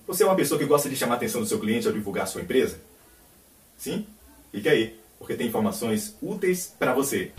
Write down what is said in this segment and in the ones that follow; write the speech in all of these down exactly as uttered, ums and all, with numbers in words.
Você é uma pessoa que gosta de chamar a atenção do seu cliente ao divulgar a sua empresa? Sim? Fique aí, porque tem informações úteis para você.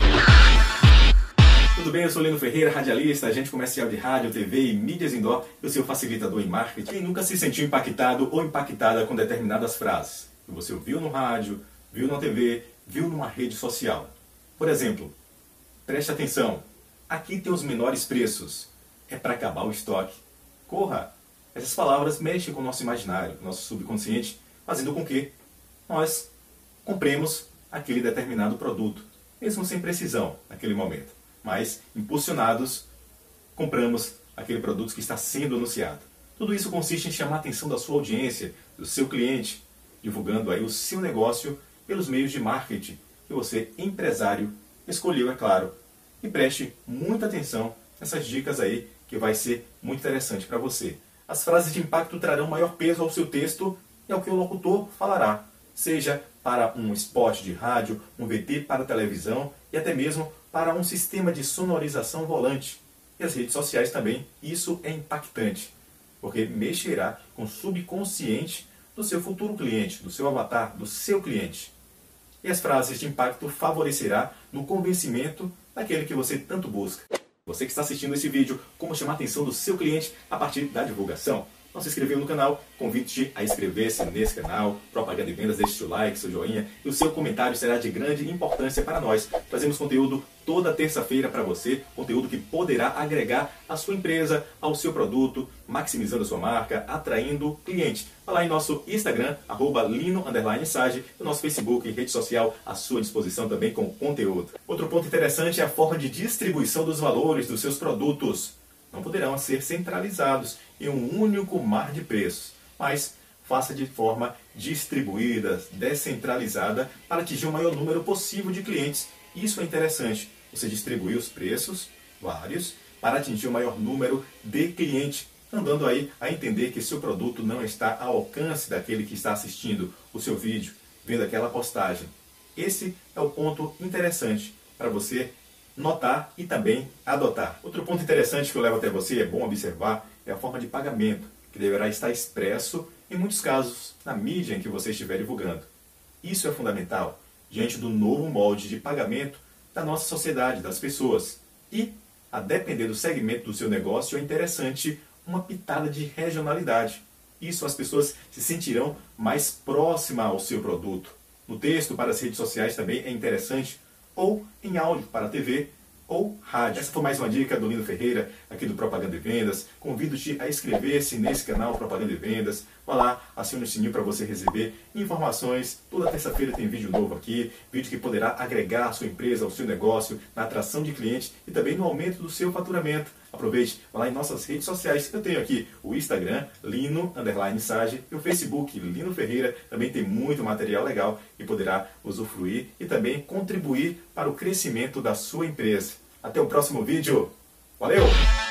Tudo bem? Eu sou Lino Ferreira, radialista, agente comercial de rádio, T V e mídias indoor e o seu facilitador em marketing. Quem nunca se sentiu impactado ou impactada com determinadas frases que você ouviu no rádio, viu na T V, viu numa rede social? Por exemplo, preste atenção, aqui tem os menores preços, é para acabar o estoque. Corra! Essas palavras mexem com o nosso imaginário, com o nosso subconsciente, fazendo com que nós compremos aquele determinado produto, mesmo sem precisão naquele momento. Mas, impulsionados, compramos aquele produto que está sendo anunciado. Tudo isso consiste em chamar a atenção da sua audiência, do seu cliente, divulgando aí o seu negócio pelos meios de marketing que você, empresário, escolheu, é claro. E preste muita atenção nessas dicas aí, que vai ser muito interessante para você. As frases de impacto trarão maior peso ao seu texto e ao que o locutor falará, seja para um spot de rádio, um V T para televisão e até mesmo para um sistema de sonorização volante. E as redes sociais também, isso é impactante, porque mexerá com o subconsciente do seu futuro cliente, do seu avatar, do seu cliente. E as frases de impacto favorecerá no convencimento daquele que você tanto busca. Você que está assistindo esse vídeo, como chamar a atenção do seu cliente a partir da divulgação. Não se inscreveu no canal? Convido-te a inscrever-se nesse canal, Propaganda e Vendas, deixe seu like, seu joinha e o seu comentário será de grande importância para nós. Trazemos conteúdo toda terça-feira para você, conteúdo que poderá agregar a sua empresa, ao seu produto, maximizando a sua marca, atraindo cliente. Vá lá em nosso Instagram, arroba lino underline sage, e nosso Facebook e rede social à sua disposição também com conteúdo. Outro ponto interessante é a forma de distribuição dos valores dos seus produtos. Não poderão ser centralizados em um único mar de preços, mas faça de forma distribuída, descentralizada, para atingir o maior número possível de clientes. Isso é interessante, você distribuir os preços, vários, para atingir o maior número de clientes, andando aí a entender que seu produto não está ao alcance daquele que está assistindo o seu vídeo, vendo aquela postagem. Esse é o ponto interessante para você notar e também adotar. Outro ponto interessante que eu levo até você, é bom observar, é a forma de pagamento, que deverá estar expresso, em muitos casos, na mídia em que você estiver divulgando. Isso é fundamental, diante do novo molde de pagamento da nossa sociedade, das pessoas. E, a depender do segmento do seu negócio, é interessante uma pitada de regionalidade. Isso as pessoas se sentirão mais próximas ao seu produto. No texto, para as redes sociais também é interessante, ou em áudio para a T V ou rádio. Essa foi mais uma dica do Lino Ferreira, aqui do Propaganda e Vendas. Convido-te a inscrever-se nesse canal Propaganda e Vendas. Vá lá, acione o sininho para você receber informações. Toda terça-feira tem vídeo novo aqui, vídeo que poderá agregar a sua empresa, ao seu negócio, na atração de clientes e também no aumento do seu faturamento. Aproveite, vá lá em nossas redes sociais. Eu tenho aqui o Instagram, Lino underline Sage, e o Facebook, Lino Ferreira. Também tem muito material legal e poderá usufruir e também contribuir para o crescimento da sua empresa. Até o próximo vídeo. Valeu!